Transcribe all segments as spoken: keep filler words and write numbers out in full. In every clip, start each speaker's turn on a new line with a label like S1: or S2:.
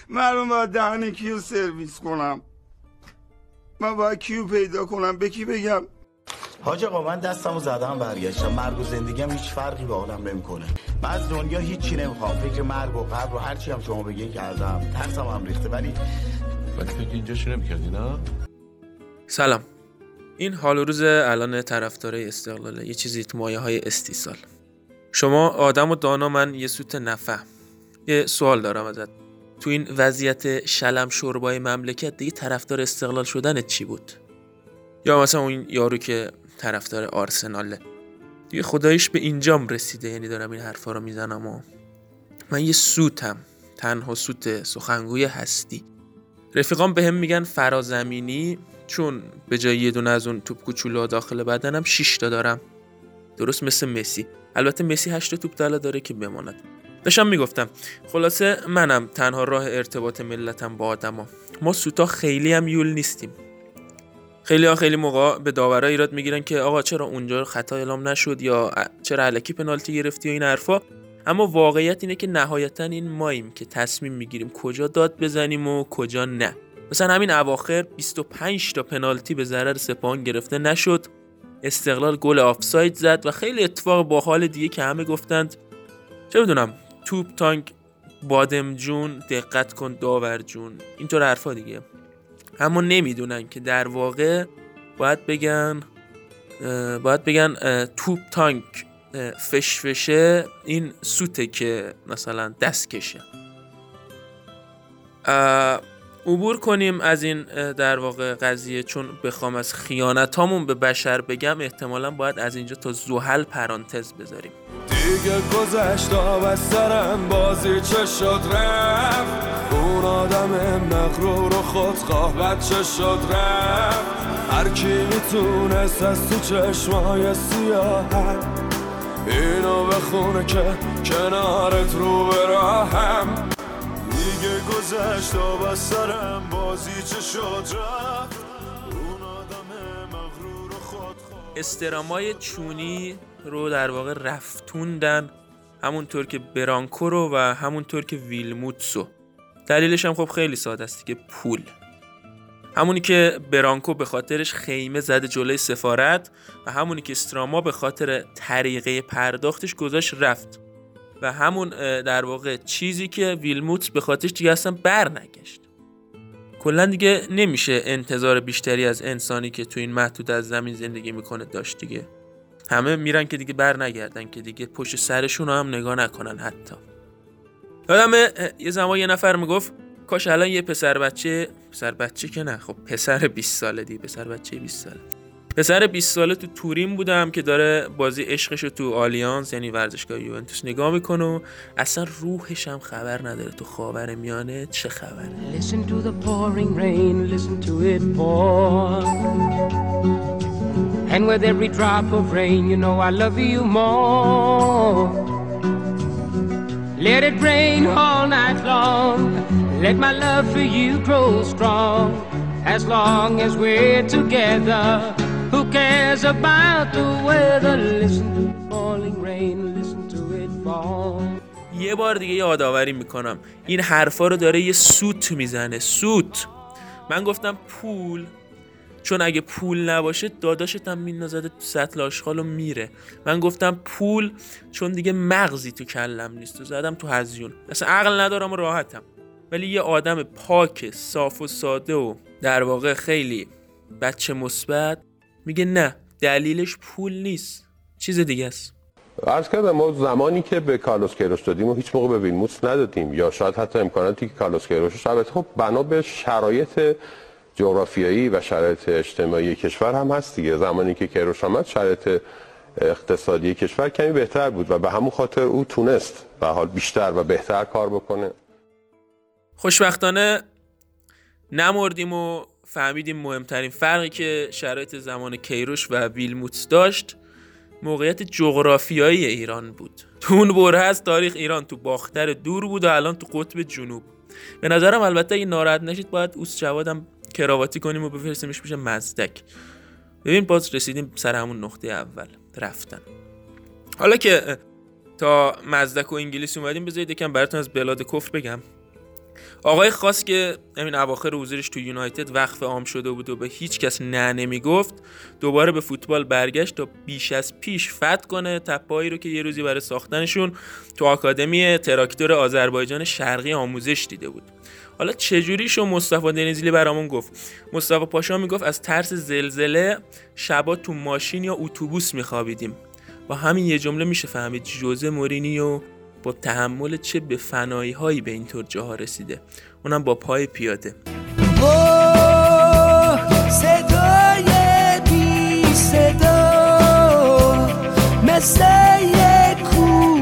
S1: من باید دهن کیو سرویس کنم؟ من باید کیو پیدا کنم؟ به کی بگم؟
S2: حاج آقا من دستمو زدم برگشتم. مرگ و زندگیم هیچ فرقی با آدم نمیکنه. من از دنیا هیچی نمیخوام. فکر مرگ و قبر و هر چی هم شما بگین کردم. ترسم هم ریخته. ولی
S3: ولی فکر اینجا چی نمیکردی نه؟
S4: سلام. این حال و روز الان طرفدارای استقلاله. یه چیزی تو مایه های استیصال. شما آدم و دانا، من یه سوت نفهم. یه سوال دارم ازت. تو این وضعیت شلم شوربای مملکت دیگه طرفدار استقلال شدنت چی بود؟ یا مثلا اون یارو که طرفدار آرسناله دیگه خداییش به اینجام رسیده. یعنی دارم این حرفا رو میزنم و من یه سوتم، تنها سوت سخنگوی هستی. رفیقام بهم میگن فرازمینی، چون به جای یه دونه از اون توپ کوچولو داخل بدنم شش تا دارم، درست مثل مسی. البته مسی هشت تا توپ دالا داره که بماند. داشتم میگفتم خلاصه منم تنها راه ارتباط ملتم با آدما. ما سوتا خیلی هم یول نیستیم. خیلی ها خیلی موقع به داورا ایراد میگیرن که آقا چرا اونجا خطا اعلام نشد یا چرا الکی پنالتی گرفتی و این حرفا. اما واقعیت اینه که نهایتا این ماییم که تصمیم میگیریم کجا داد بزنیم و کجا نه. مثلا همین اواخر بیست و پنج تا پنالتی به ضرر سپاهان گرفته نشد. استقلال گل آفساید زد و خیلی اتفاق باحال دیگه که همه گفتند چه بدونم توپ تانک بادم جون دقت کن داور جون اینطور حرفا دیگه. اما نمیدونن که در واقع باید بگن باید بگن توپ تانک فشفشه این سوته که مثلا دست کشه. عبور کنیم از این در واقع قضیه، چون بخوام از خیانتامون به بشر بگم احتمالاً باید از اینجا تا زحل پرانتز بذاریم.
S5: دیگه گذشت آب از سرم، بازی چه شد رفت، اون آدم مغرور و خودخواه بچه شد رفت. هر کی میتونست از تو چشمای سیاهم اینو بخونه که کنارت رو به راهم. دیگه گذشت آب از سرم، بازی چه شد رفت، اون آدم مغرور و خودخواه.
S4: استرامای چونی رو در واقع رفتوندن، همونطور که برانکو رو و همونطور که ویلموتسو. دلیلش هم خب خیلی ساده است که پول. همونی که برانکو به خاطرش خیمه زده جلوی سفارت و همونی که استراما به خاطر طریقه پرداختش گذاشت رفت و همون در واقع چیزی که ویلموتس به خاطرش دیگه اصلا بر نگشت. کلا دیگه نمیشه انتظار بیشتری از انسانی که تو این محدود از زمین زندگی میکنه داشت دیگه. همه میرن که دیگه بر نگردن، که دیگه پشت سرشون هم نگاه نکنن. حتی یادمه یه زمان یه نفر میگفت کاش الان یه پسر بچه پسر بچه که نه خب پسر بیست ساله دی پسر بچه بیست ساله پسر بیست ساله تو تورین بودم که داره بازی عشقشو تو آلیانز یعنی ورزشگاه یوونتوس نگاه میکنه و اصلا روحش هم خبر نداره تو خاورمیانه چه خبره.
S6: Listen to the pouring rain, listen to it pour. And with every drop of rain, you know I love you more. Let it rain all night long. Let my love for you grow strong. As long as we're together, who cares about the weather? Listen to the falling rain, listen to it fall.
S4: یه بار دیگه یادآوری میکنم این حرفا رو داره یه سوت میزنه. سوت. من گفتم پول، چون اگه پول نباشه داداشت هم میندازه تو سطل آشغال و میره. من گفتم پول چون دیگه مغزی تو کلم نیست و زدم تو هزیون. اصلا عقل ندارم و راحتم. ولی یه آدم پاک صاف و ساده و در واقع خیلی بچه مثبت میگه نه دلیلش پول نیست، چیز دیگه است.
S3: عرض کردم ما زمانی که به کارلوس کیروش دادیم و هیچ موقع به ویلموتس ندادیم، یا شاید حتی امکاناتی که کارلوس کیروش البته خب بنا به شرایط جغرافیایی و شرایط اجتماعی کشور هم هست دیگه. زمانی که کیروش آمد شرایط اقتصادی کشور کمی بهتر بود و به همون خاطر او تونست به حال بیشتر و بهتر کار بکنه.
S4: خوشبختانه نمردیم و فهمیدیم مهمترین فرقی که شرایط زمان کیروش و ویلموتس داشت موقعیت جغرافیایی ایران بود. تو اون بره از تاریخ ایران تو باختر دور بود و الان تو قطب جنوب. به نظرم البته اگه ناراحت نشید باید اوس جوادم کراواتی کنیم و بفرستیمش میشه مزدک. ببین باز رسیدیم سر همون نقطه اول رفتن. حالا که تا مزدک و انگلیس اومدیم بذارید یکم براتون از بلاد کفر بگم. آقای خاص که همین اواخر حضورش تو یونایتد وقف عام شده بود و به هیچ کس نه نمیگفت، دوباره به فوتبال برگشت تا بیش از پیش فتح کنه تپه‌ای رو که یه روزی برای ساختنشون تو آکادمی تراکتور آذربایجان شرقی آموزش دیده بود. حالا چجوری شو مصطفی دنیزلی برامون گفت. مصطفی پاشا میگفت از ترس زلزله شبا تو ماشین یا اتوبوس میخوابیدیم. با همین یه جمله میشه فهمید ژوزه مورینیو با تحمل چه به فنایی هایی به اینطور جاها رسیده، اونم با پای پیاده.
S7: صدای بی صدا مثل یک کوه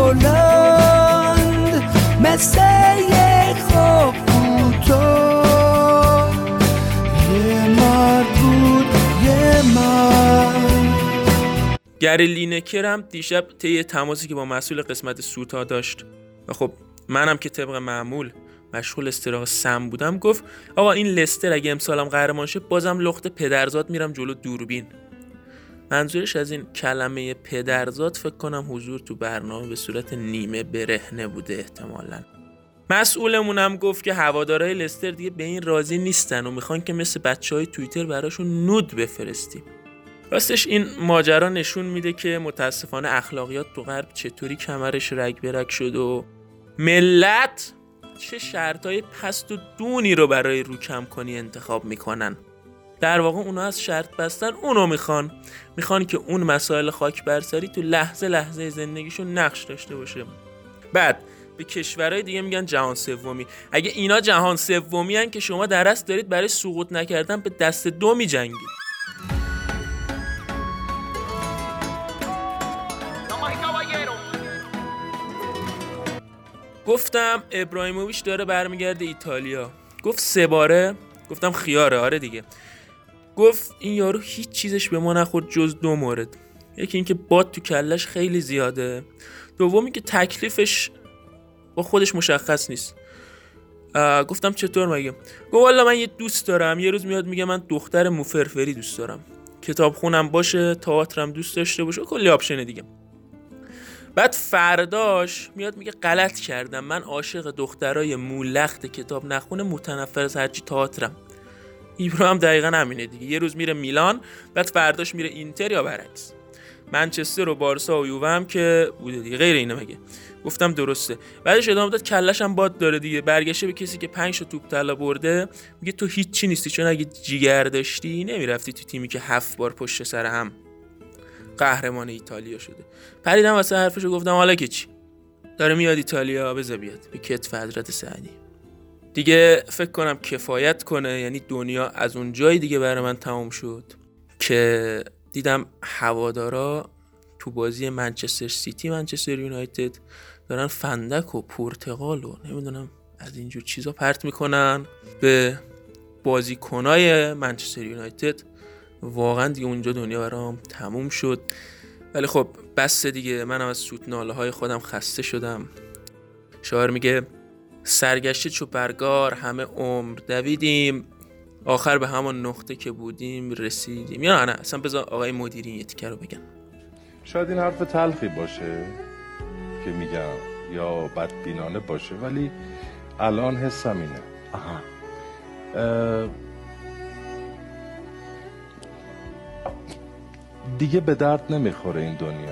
S7: بلند، مثل یک خواب کوتاه، یه مرد بود یه مرد.
S4: گری لینکر هم دیشب طی تماسی که با مسئول قسمت سوتا داشت و خب منم که طبق معمول مشغول استراحت سم بودم گفت آقا این لستر اگه امسالم قهرمان شه بازم لخت پدرزاد میرم جلو دوربین. منظورش از این کلمه پدرزاد فکر کنم حضور تو برنامه به صورت نیمه برهنه بوده احتمالاً. مسئولمونم گفت که هوادارهای لستر دیگه به این راضی نیستن و میخوان که مثل بچهای توییتر براشون نود بفرستیم. راستش این ماجرا نشون میده که متاسفانه اخلاقیات تو غرب چطوری کمرش رگ به رگ شد و ملت چه شرطای پست و دونی رو برای رو کم کنی انتخاب میکنن. در واقع اونا از شرط بستن اونو میخوان میخوان که اون مسائل خاک برسری تو لحظه لحظه زندگیشون نقش داشته باشه. بعد به کشورهای دیگه میگن جهان سومی. اگه اینا جهان سومی هن که شما در اصل دارید برای سقوط نکردن به دست دو میجنگید. گفتم ابراهیموویچ داره برمیگرده ایتالیا. گفت سه باره؟ گفتم خیاره. آره دیگه. گفت این یارو هیچ چیزش به ما نخورد جز دو مورد. یکی این که باد تو کلش خیلی زیاده، دومی که تکلیفش با خودش مشخص نیست. گفتم چطور مگه؟ گفت والا من یه دوست دارم، یه روز میاد میگه من دختر موفرفری دوست دارم، کتاب خونم باشه، تئاترم دوست داشته باشه، کلی آپشن دیگه. بعد فرداش میاد میگه غلط کردم، من عاشق دخترای مولخت کتاب نخونه متنفر از هرچی تئاترم. ایبرو هم دقیقا همینه دیگه. یه روز میره میلان، بعد فرداش میره اینتر یا برعکس. منچستر و بارسا و یووه هم که بوده دیگه، غیر اینه مگه؟ گفتم درسته. بعدش ادامه داد کلش هم باد داره دیگه. برگشته به کسی که پنج تا توپ طلا برده میگه تو هیچ چی نیستی، چون اگه جیگر داشتی نمیرفتی تو تیمی که هفت بار پشت سر هم قهرمان ایتالیا شده. پریدم واسه حرفشو گفتم حالا که چی؟ داره میاد ایتالیا، بذار بیاد به کتف حضرت سعدی. دیگه فکر کنم کفایت کنه، یعنی دنیا از اون جای دیگه برای من تمام شد که دیدم هوادارا تو بازی منچستر سیتی منچستر یونایتد دارن فندک و پرتقال و نمیدونم از اینجور چیزا پرت میکنن به بازیکنای منچستر یونایتد. واقعا دیگه اونجا دنیا برام تموم شد. ولی خب بس دیگه، منم از سوتناله های خودم خسته شدم. شاعر میگه سرگشته چو برگار همه عمر دویدیم، آخر به همون نقطه که بودیم رسیدیم. یا نه اصلا بذار آقای مدیری یه تیکه رو بگن.
S8: شاید این حرف تلخی باشه که میگم یا بدبینانه باشه، ولی الان حسم اینه. آها. دیگه به درد نمیخوره این دنیا.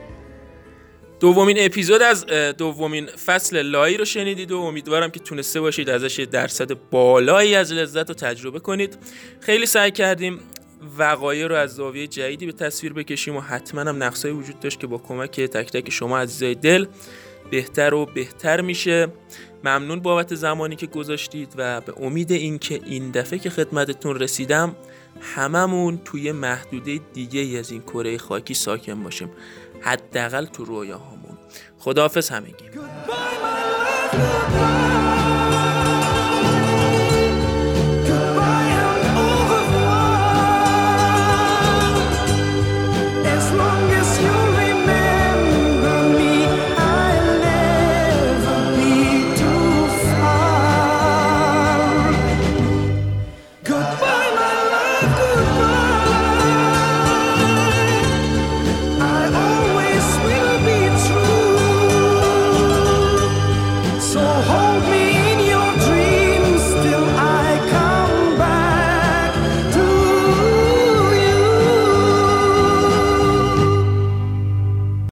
S4: دومین اپیزود از دومین فصل لایی رو شنیدید و امیدوارم که تونسته باشید ازش درصد بالایی از لذت رو تجربه کنید. خیلی سعی کردیم وقایع رو از زاویه جدیدی به تصویر بکشیم و حتما هم نقصایی وجود داشت که با کمک تک تک شما عزیزای دل بهتر و بهتر میشه. ممنون بابت زمانی که گذاشتید و به امید این که این دفعه که خدمتتون رسیدم هممون توی محدوده دیگه ای از این کره خاکی ساکن باشیم، حداقل تو رویاهامون. خداحافظ همگی.